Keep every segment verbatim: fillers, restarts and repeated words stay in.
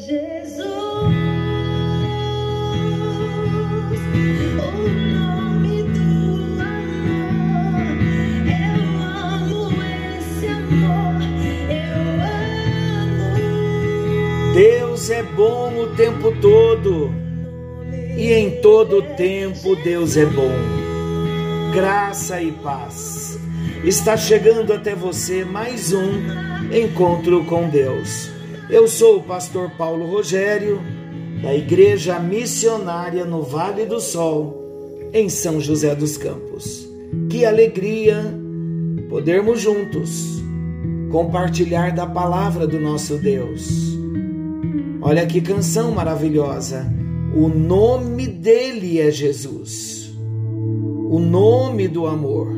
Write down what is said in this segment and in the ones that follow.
Jesus, o nome do amor. Eu amo esse amor, eu amo. Deus é bom o tempo todo, e em todo tempo Deus é bom. Graça e paz. Está chegando até você mais um encontro com Deus. Eu sou o pastor Paulo Rogério, da Igreja Missionária no Vale do Sol, em São José dos Campos. Que alegria podermos juntos compartilhar da palavra do nosso Deus. Olha que canção maravilhosa. O nome dele é Jesus, o nome do amor.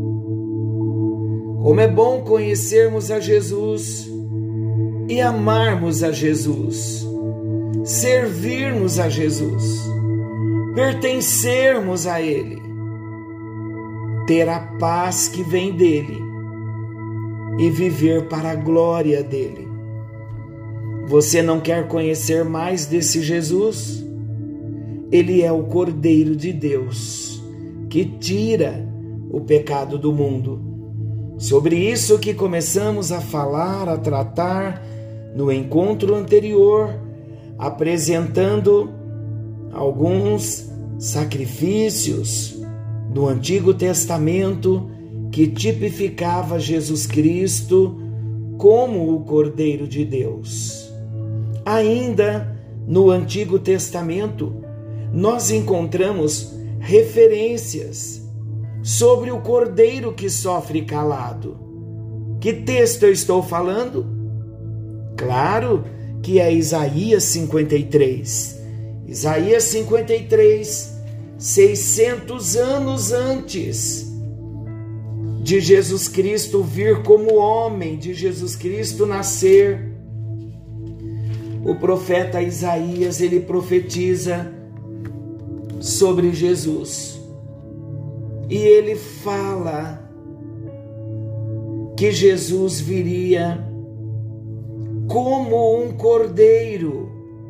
Como é bom conhecermos a Jesus e amarmos a Jesus, servirmos a Jesus, pertencermos a Ele, ter a paz que vem dele e viver para a glória dele. Você não quer conhecer mais desse Jesus? Ele é o Cordeiro de Deus, que tira o pecado do mundo. Sobre isso que começamos a falar, a tratar no encontro anterior, apresentando alguns sacrifícios do Antigo Testamento que tipificava Jesus Cristo como o Cordeiro de Deus. Ainda no Antigo Testamento, nós encontramos referências sobre o Cordeiro que sofre calado. Que texto eu estou falando? Claro que é Isaías cinquenta e três. Isaías cinquenta e três, seiscentos anos antes de Jesus Cristo vir como homem, de Jesus Cristo nascer, o profeta Isaías, ele profetiza sobre Jesus. E ele fala que Jesus viria como um cordeiro.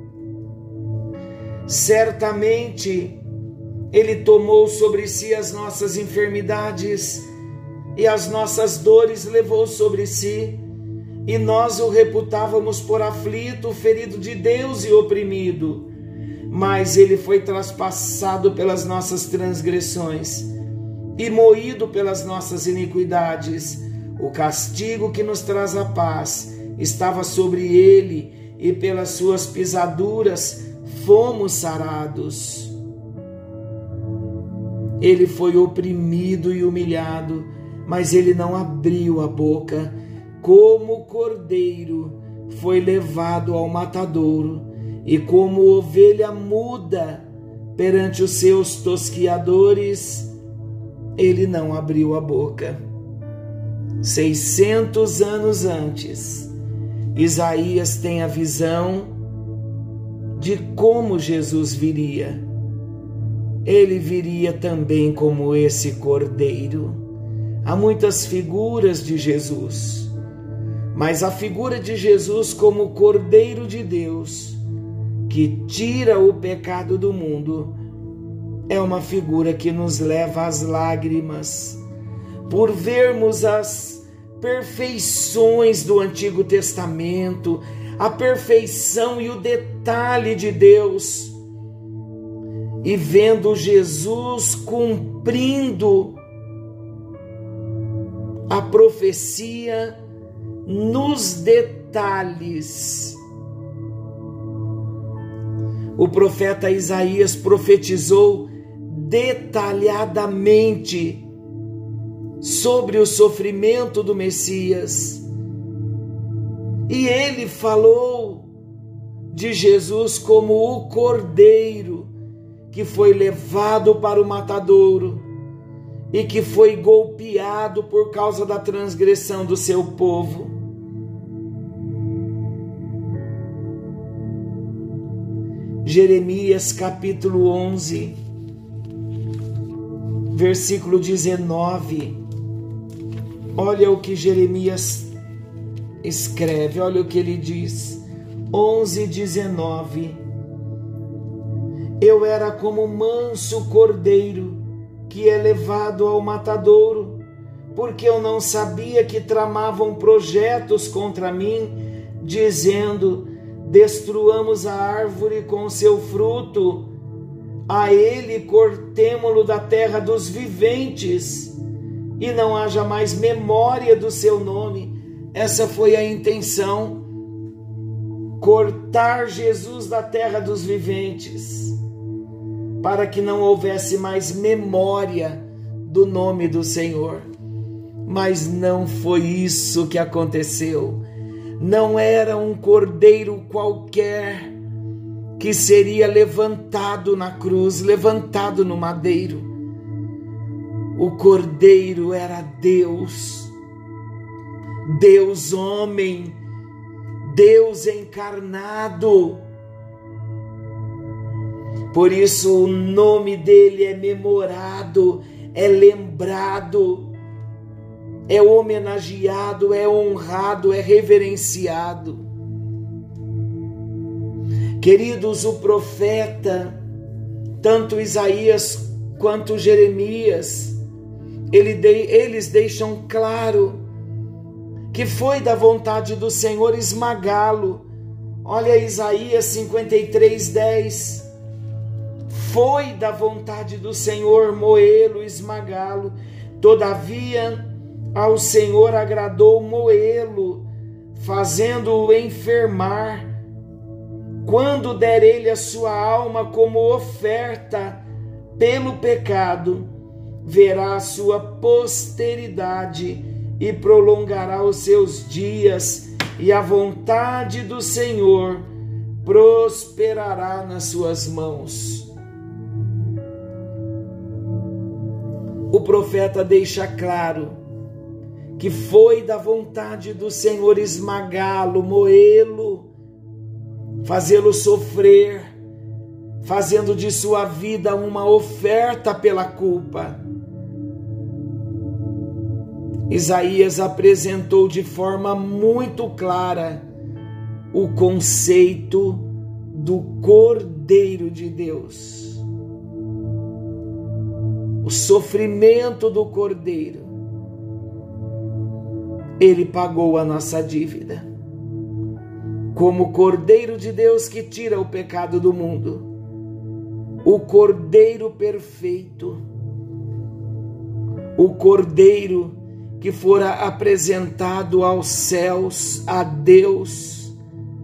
Certamente ele tomou sobre si as nossas enfermidades e as nossas dores levou sobre si, e nós o reputávamos por aflito, ferido de Deus e oprimido. Mas ele foi traspassado pelas nossas transgressões e moído pelas nossas iniquidades. O castigo que nos traz a paz estava sobre ele, e pelas suas pisaduras fomos sarados. Ele foi oprimido e humilhado, mas ele não abriu a boca. Como cordeiro foi levado ao matadouro, e como ovelha muda perante os seus tosquiadores, ele não abriu a boca. Seiscentos anos antes, Isaías tem a visão de como Jesus viria. Ele viria também como esse cordeiro. Há muitas figuras de Jesus, mas a figura de Jesus como Cordeiro de Deus, que tira o pecado do mundo, é uma figura que nos leva às lágrimas, por vermos as perfeições do Antigo Testamento, a perfeição e o detalhe de Deus, e vendo Jesus cumprindo a profecia nos detalhes. O profeta Isaías profetizou detalhadamente sobre o sofrimento do Messias. E ele falou de Jesus como o cordeiro que foi levado para o matadouro e que foi golpeado por causa da transgressão do seu povo. Jeremias capítulo onze, versículo dezenove. Olha o que Jeremias escreve, olha o que ele diz: onze, dezenove. Eu era como manso cordeiro que é levado ao matadouro, porque eu não sabia que tramavam projetos contra mim, dizendo: destruamos a árvore com seu fruto, a ele cortemo-lo da terra dos viventes, e não haja mais memória do seu nome. Essa foi a intenção, cortar Jesus da terra dos viventes, para que não houvesse mais memória do nome do Senhor. Mas não foi isso que aconteceu. Não era um cordeiro qualquer que seria levantado na cruz, levantado no madeiro. O cordeiro era Deus, Deus homem, Deus encarnado. Por isso o nome dele é memorado, é lembrado, é homenageado, é honrado, é reverenciado. Queridos, o profeta, tanto Isaías quanto Jeremias, ele de, eles deixam claro que foi da vontade do Senhor esmagá-lo. Olha Isaías cinquenta e três, dez. Foi da vontade do Senhor moê-lo, esmagá-lo. Todavia, ao Senhor agradou moê-lo, fazendo-o enfermar. Quando der ele a sua alma como oferta pelo pecado, verá a sua posteridade e prolongará os seus dias, e a vontade do Senhor prosperará nas suas mãos. O profeta deixa claro que foi da vontade do Senhor esmagá-lo, moê-lo, fazê-lo sofrer, fazendo de sua vida uma oferta pela culpa. Isaías apresentou de forma muito clara o conceito do Cordeiro de Deus. O sofrimento do Cordeiro. Ele pagou a nossa dívida. Como Cordeiro de Deus que tira o pecado do mundo. O Cordeiro perfeito. O Cordeiro que fora apresentado aos céus, a Deus,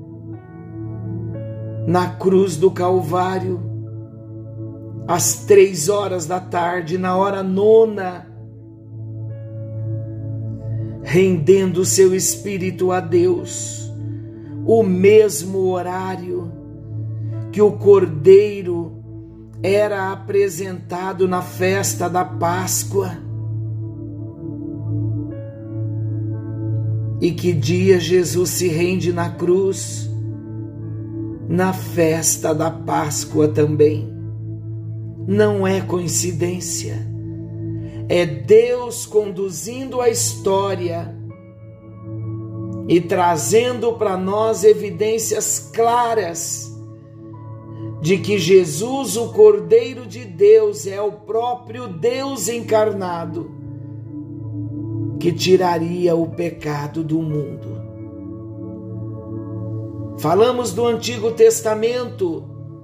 na cruz do Calvário, às três horas da tarde, na hora nona, rendendo seu espírito a Deus, o mesmo horário que o Cordeiro era apresentado na festa da Páscoa. E que dia Jesus se rende na cruz? Na festa da Páscoa também. Não é coincidência. É Deus conduzindo a história e trazendo para nós evidências claras de que Jesus, o Cordeiro de Deus, é o próprio Deus encarnado, que tiraria o pecado do mundo. Falamos do Antigo Testamento.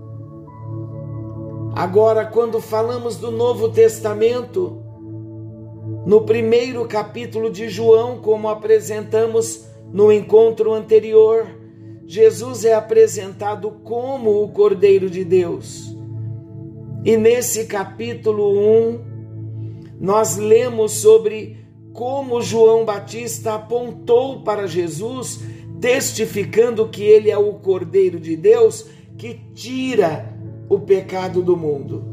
Agora, quando falamos do Novo Testamento, no primeiro capítulo de João, como apresentamos no encontro anterior, Jesus é apresentado como o Cordeiro de Deus. E nesse capítulo um, nós lemos sobre como João Batista apontou para Jesus, testificando que ele é o Cordeiro de Deus que tira o pecado do mundo.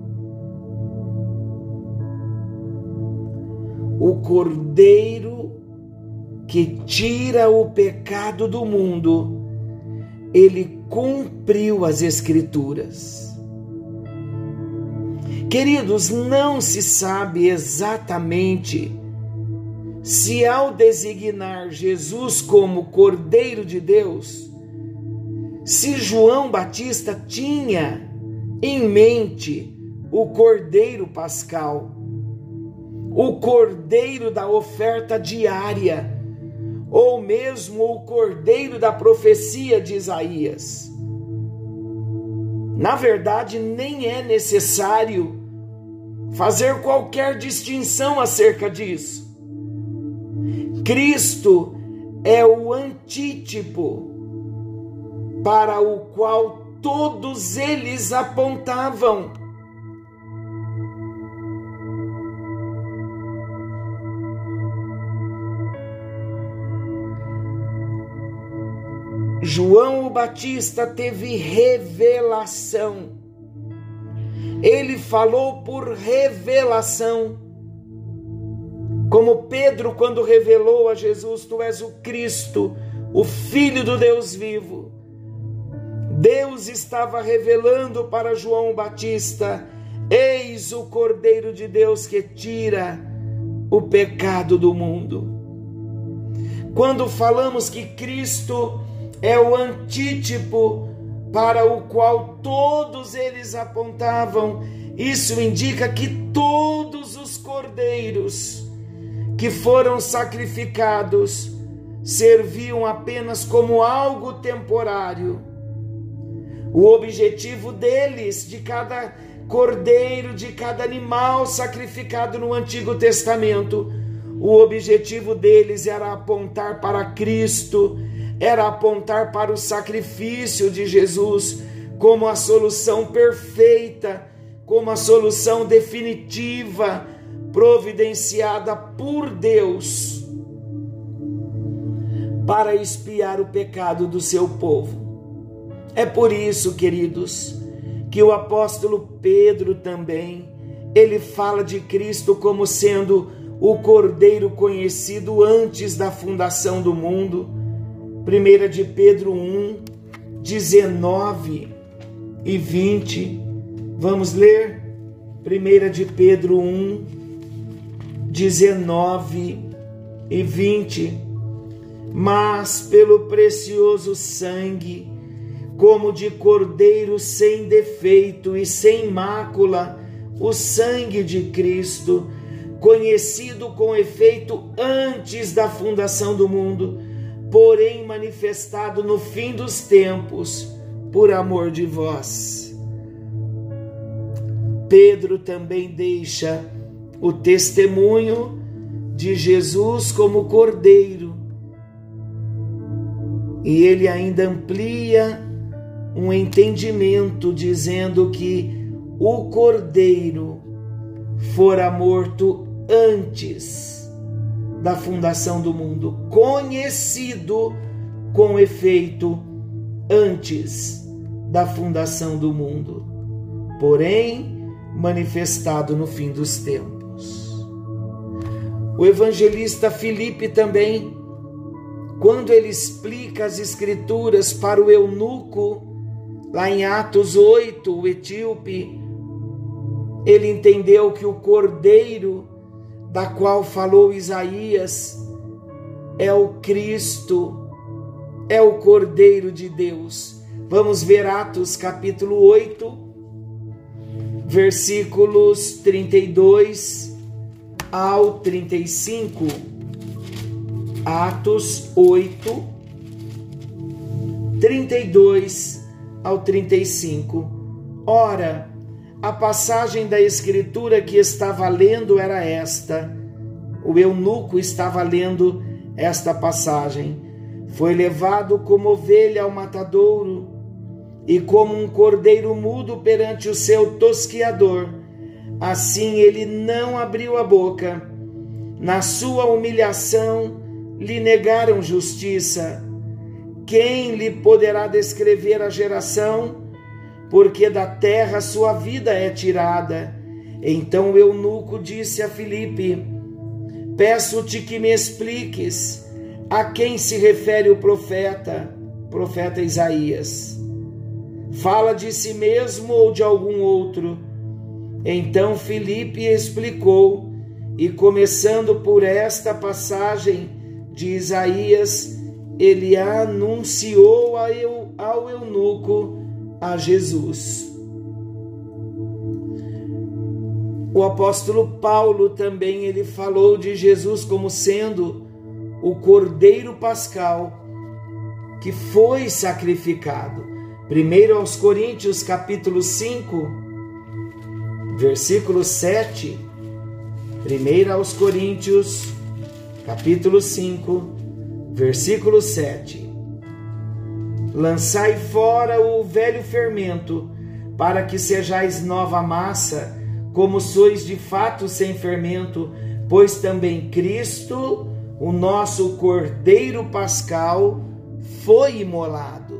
O Cordeiro que tira o pecado do mundo, ele cumpriu as Escrituras. Queridos, não se sabe exatamente se ao designar Jesus como Cordeiro de Deus, Se João Batista tinha em mente o Cordeiro Pascal, o Cordeiro da oferta diária, ou mesmo o Cordeiro da profecia de Isaías, na verdade, nem é necessário fazer qualquer distinção acerca disso. Cristo é o antítipo para o qual todos eles apontavam. João o Batista teve revelação. Ele falou por revelação. Como Pedro, quando revelou a Jesus: Tu és o Cristo, o Filho do Deus vivo. Deus estava revelando para João Batista: Eis o Cordeiro de Deus que tira o pecado do mundo. Quando falamos que Cristo é o antítipo para o qual todos eles apontavam, isso indica que todos os cordeiros que foram sacrificados serviam apenas como algo temporário. O objetivo deles, de cada cordeiro, de cada animal sacrificado no Antigo Testamento, o objetivo deles era apontar para Cristo, era apontar para o sacrifício de Jesus como a solução perfeita, como a solução definitiva, providenciada por Deus para expiar o pecado do seu povo. É por isso, queridos, que o apóstolo Pedro também, ele fala de Cristo como sendo o Cordeiro conhecido antes da fundação do mundo. primeira de Pedro um, dezenove e vinte. Vamos ler? primeira de Pedro um, dezenove e vinte. Mas pelo precioso sangue, como de cordeiro sem defeito e sem mácula, o sangue de Cristo, conhecido com efeito antes da fundação do mundo, porém manifestado no fim dos tempos, por amor de vós. Pedro também deixa o testemunho de Jesus como Cordeiro, e ele ainda amplia um entendimento, dizendo que o Cordeiro fora morto antes da fundação do mundo, conhecido com efeito antes da fundação do mundo, porém manifestado no fim dos tempos. O evangelista Filipe também, quando ele explica as escrituras para o eunuco, lá em Atos oito, o etíope, ele entendeu que o Cordeiro da qual falou Isaías é o Cristo, é o Cordeiro de Deus. Vamos ver Atos capítulo oito, versículos trinta e dois ao trinta e cinco. Atos oito, trinta e dois ao trinta e cinco. Ora, a passagem da escritura que estava lendo era esta. O eunuco estava lendo esta passagem. Foi levado como ovelha ao matadouro, e como um cordeiro mudo perante o seu tosquiador, assim ele não abriu a boca. Na sua humilhação lhe negaram justiça. Quem lhe poderá descrever a geração? Porque da terra sua vida é tirada. Então o eunuco disse a Filipe: peço-te que me expliques a quem se refere o profeta, profeta Isaías. Fala de si mesmo ou de algum outro? Então Filipe explicou, e começando por esta passagem de Isaías, ele anunciou ao eunuco a Jesus. O apóstolo Paulo também ele falou de Jesus como sendo o Cordeiro Pascal que foi sacrificado. Primeiro aos Coríntios, capítulo cinco, versículo sete. Primeiro aos Coríntios, capítulo cinco, versículo sete. Lançai fora o velho fermento, para que sejais nova massa, como sois de fato sem fermento, pois também Cristo, o nosso Cordeiro Pascal, foi imolado.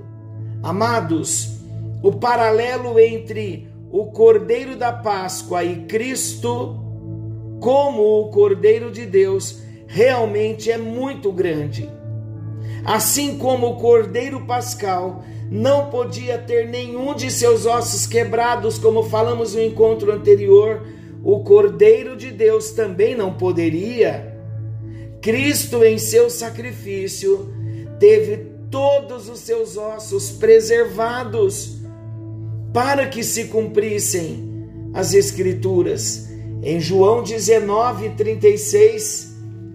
Amados, o paralelo entre o Cordeiro da Páscoa e Cristo, como o Cordeiro de Deus, realmente é muito grande. Assim como o Cordeiro Pascal não podia ter nenhum de seus ossos quebrados, como falamos no encontro anterior, o Cordeiro de Deus também não poderia. Cristo, em seu sacrifício, teve todos os seus ossos preservados para que se cumprissem as Escrituras. Em João dezenove, trinta e seis,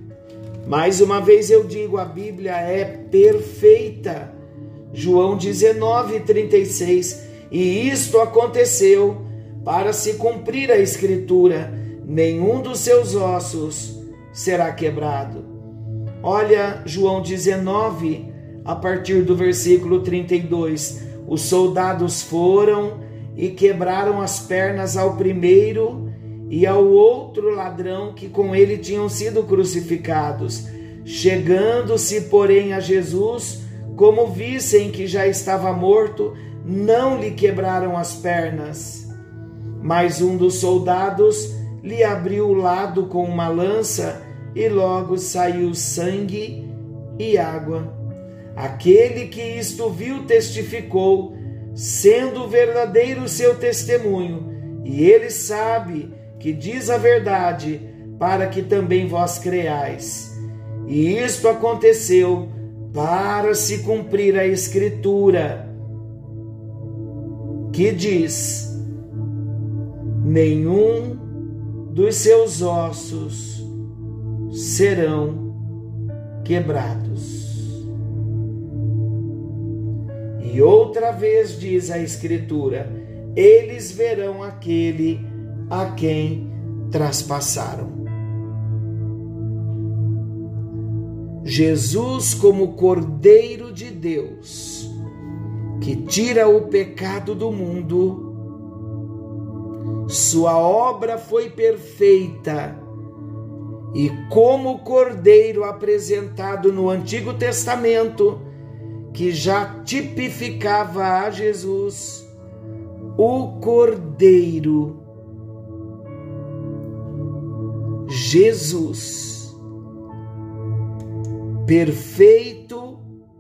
mais uma vez eu digo, a Bíblia é perfeita. João dezenove, trinta e seis, e isto aconteceu para se cumprir a Escritura: nenhum dos seus ossos será quebrado. Olha João dezenove, a partir do versículo trinta e dois. Os soldados foram e quebraram as pernas ao primeiro e ao outro ladrão que com ele tinham sido crucificados. Chegando-se, porém, a Jesus, como vissem que já estava morto, não lhe quebraram as pernas. Mas um dos soldados lhe abriu o lado com uma lança e logo saiu sangue e água. Aquele que isto viu testificou, sendo verdadeiro o seu testemunho, e ele sabe que diz a verdade, para que também vós creais. E isto aconteceu para se cumprir a Escritura, que diz: nenhum dos seus ossos serão quebrados. E outra vez diz a Escritura: eles verão aquele a quem traspassaram. Jesus, como Cordeiro de Deus, que tira o pecado do mundo, sua obra foi perfeita, e como Cordeiro apresentado no Antigo Testamento, que já tipificava a Jesus, o Cordeiro, Jesus, perfeito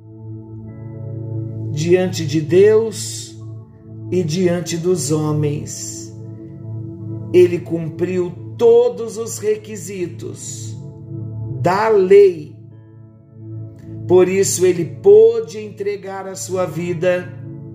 diante de Deus e diante dos homens. Ele cumpriu todos os requisitos da lei. Por isso ele pôde entregar a sua vida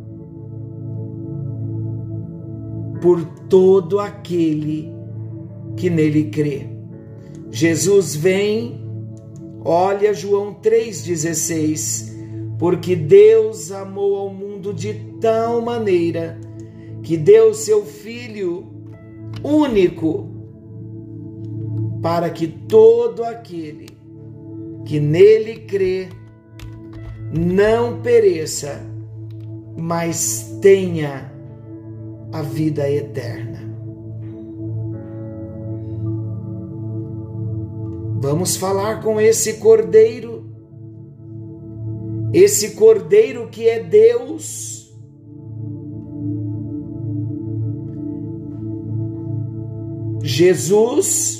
por todo aquele que nele crê. Jesus vem, olha João três dezesseis, porque Deus amou ao mundo de tal maneira que deu seu Filho único, para que todo aquele que nele crê não pereça, mas tenha a vida eterna. Vamos falar com esse Cordeiro, esse Cordeiro que é Deus, Jesus,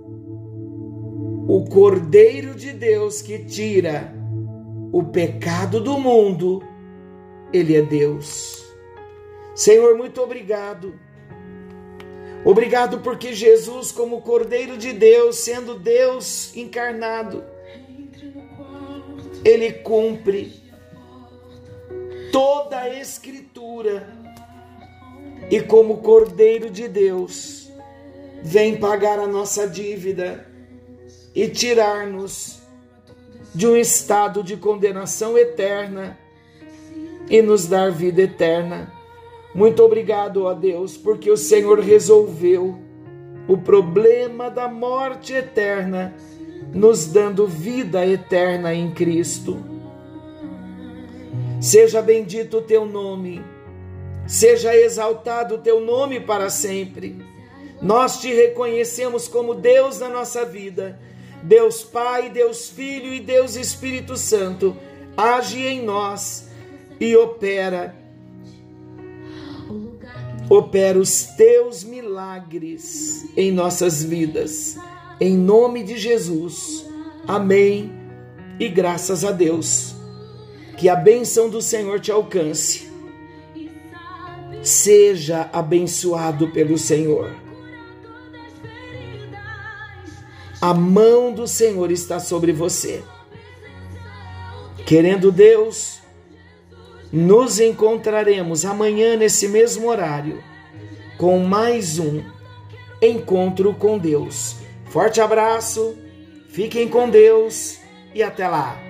o Cordeiro de Deus que tira o pecado do mundo. Ele é Deus. Senhor, muito obrigado. Obrigado porque Jesus, como Cordeiro de Deus, sendo Deus encarnado, Ele cumpre toda a Escritura e, como Cordeiro de Deus, vem pagar a nossa dívida e tirar-nos de um estado de condenação eterna e nos dar vida eterna. Muito obrigado, ó Deus, porque o Senhor resolveu o problema da morte eterna, nos dando vida eterna em Cristo. Seja bendito o teu nome, seja exaltado o teu nome para sempre. Nós te reconhecemos como Deus da nossa vida, Deus Pai, Deus Filho e Deus Espírito Santo. Age em nós e opera, opera os teus milagres em nossas vidas. Em nome de Jesus. Amém. E graças a Deus. Que a bênção do Senhor te alcance. Seja abençoado pelo Senhor. A mão do Senhor está sobre você. Querendo Deus, nos encontraremos amanhã nesse mesmo horário com mais um encontro com Deus. Forte abraço, fiquem com Deus e até lá.